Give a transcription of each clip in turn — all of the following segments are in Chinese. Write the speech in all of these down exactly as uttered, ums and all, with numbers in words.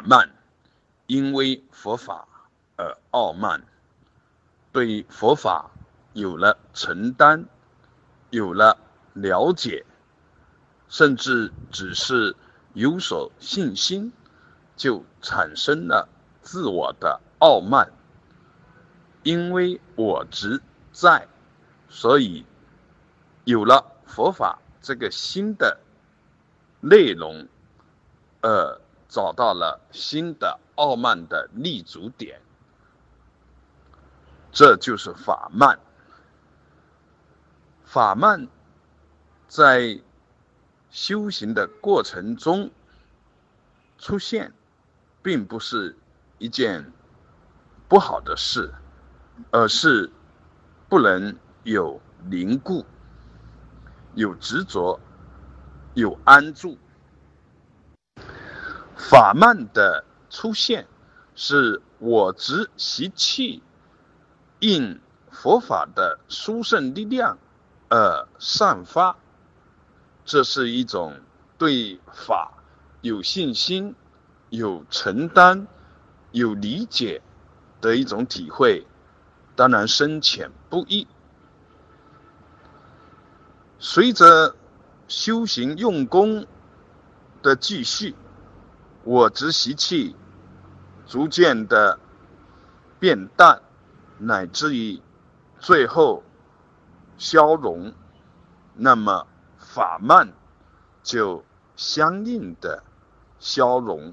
慢，因为佛法而傲慢，对佛法有了承担，有了了解，甚至只是有所信心，就产生了自我的傲慢。因为我执在，所以有了佛法这个新的内容，呃，找到了新的傲慢的立足点，这就是法慢。法慢在修行的过程中出现，并不是一件不好的事，而是不能有凝固，有执着，有安住。法慢的出现是我执习气应佛法的殊胜力量而散发，这是一种对法有信心、有承担、有理解的一种体会，当然深浅不一。随着修行用功的继续，我执习气逐渐的变淡，乃至于最后消融，那么法慢就相应的消融。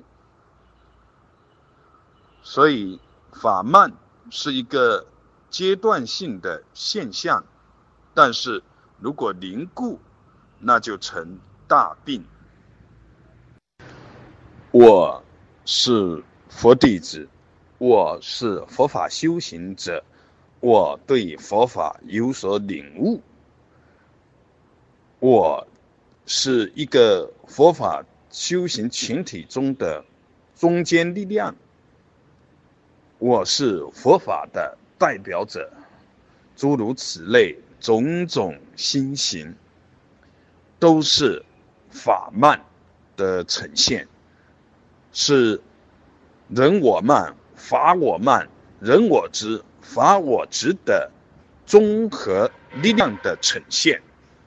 所以法慢是一个阶段性的现象，但是如果凝固，那就成大病。我是佛弟子，我是佛法修行者，我对佛法有所领悟，我是一个佛法修行群体中的中坚力量，我是佛法的代表者，诸如此类种种心行，都是法慢的呈现，是人我慢、法我慢、人我执、法我执的综合力量的呈现。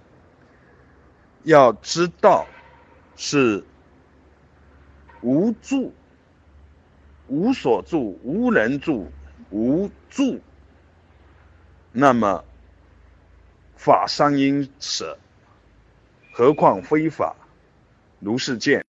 要知道，是无助、无所住、无人住、无助，那么法尚应舍，何况非法？如是见。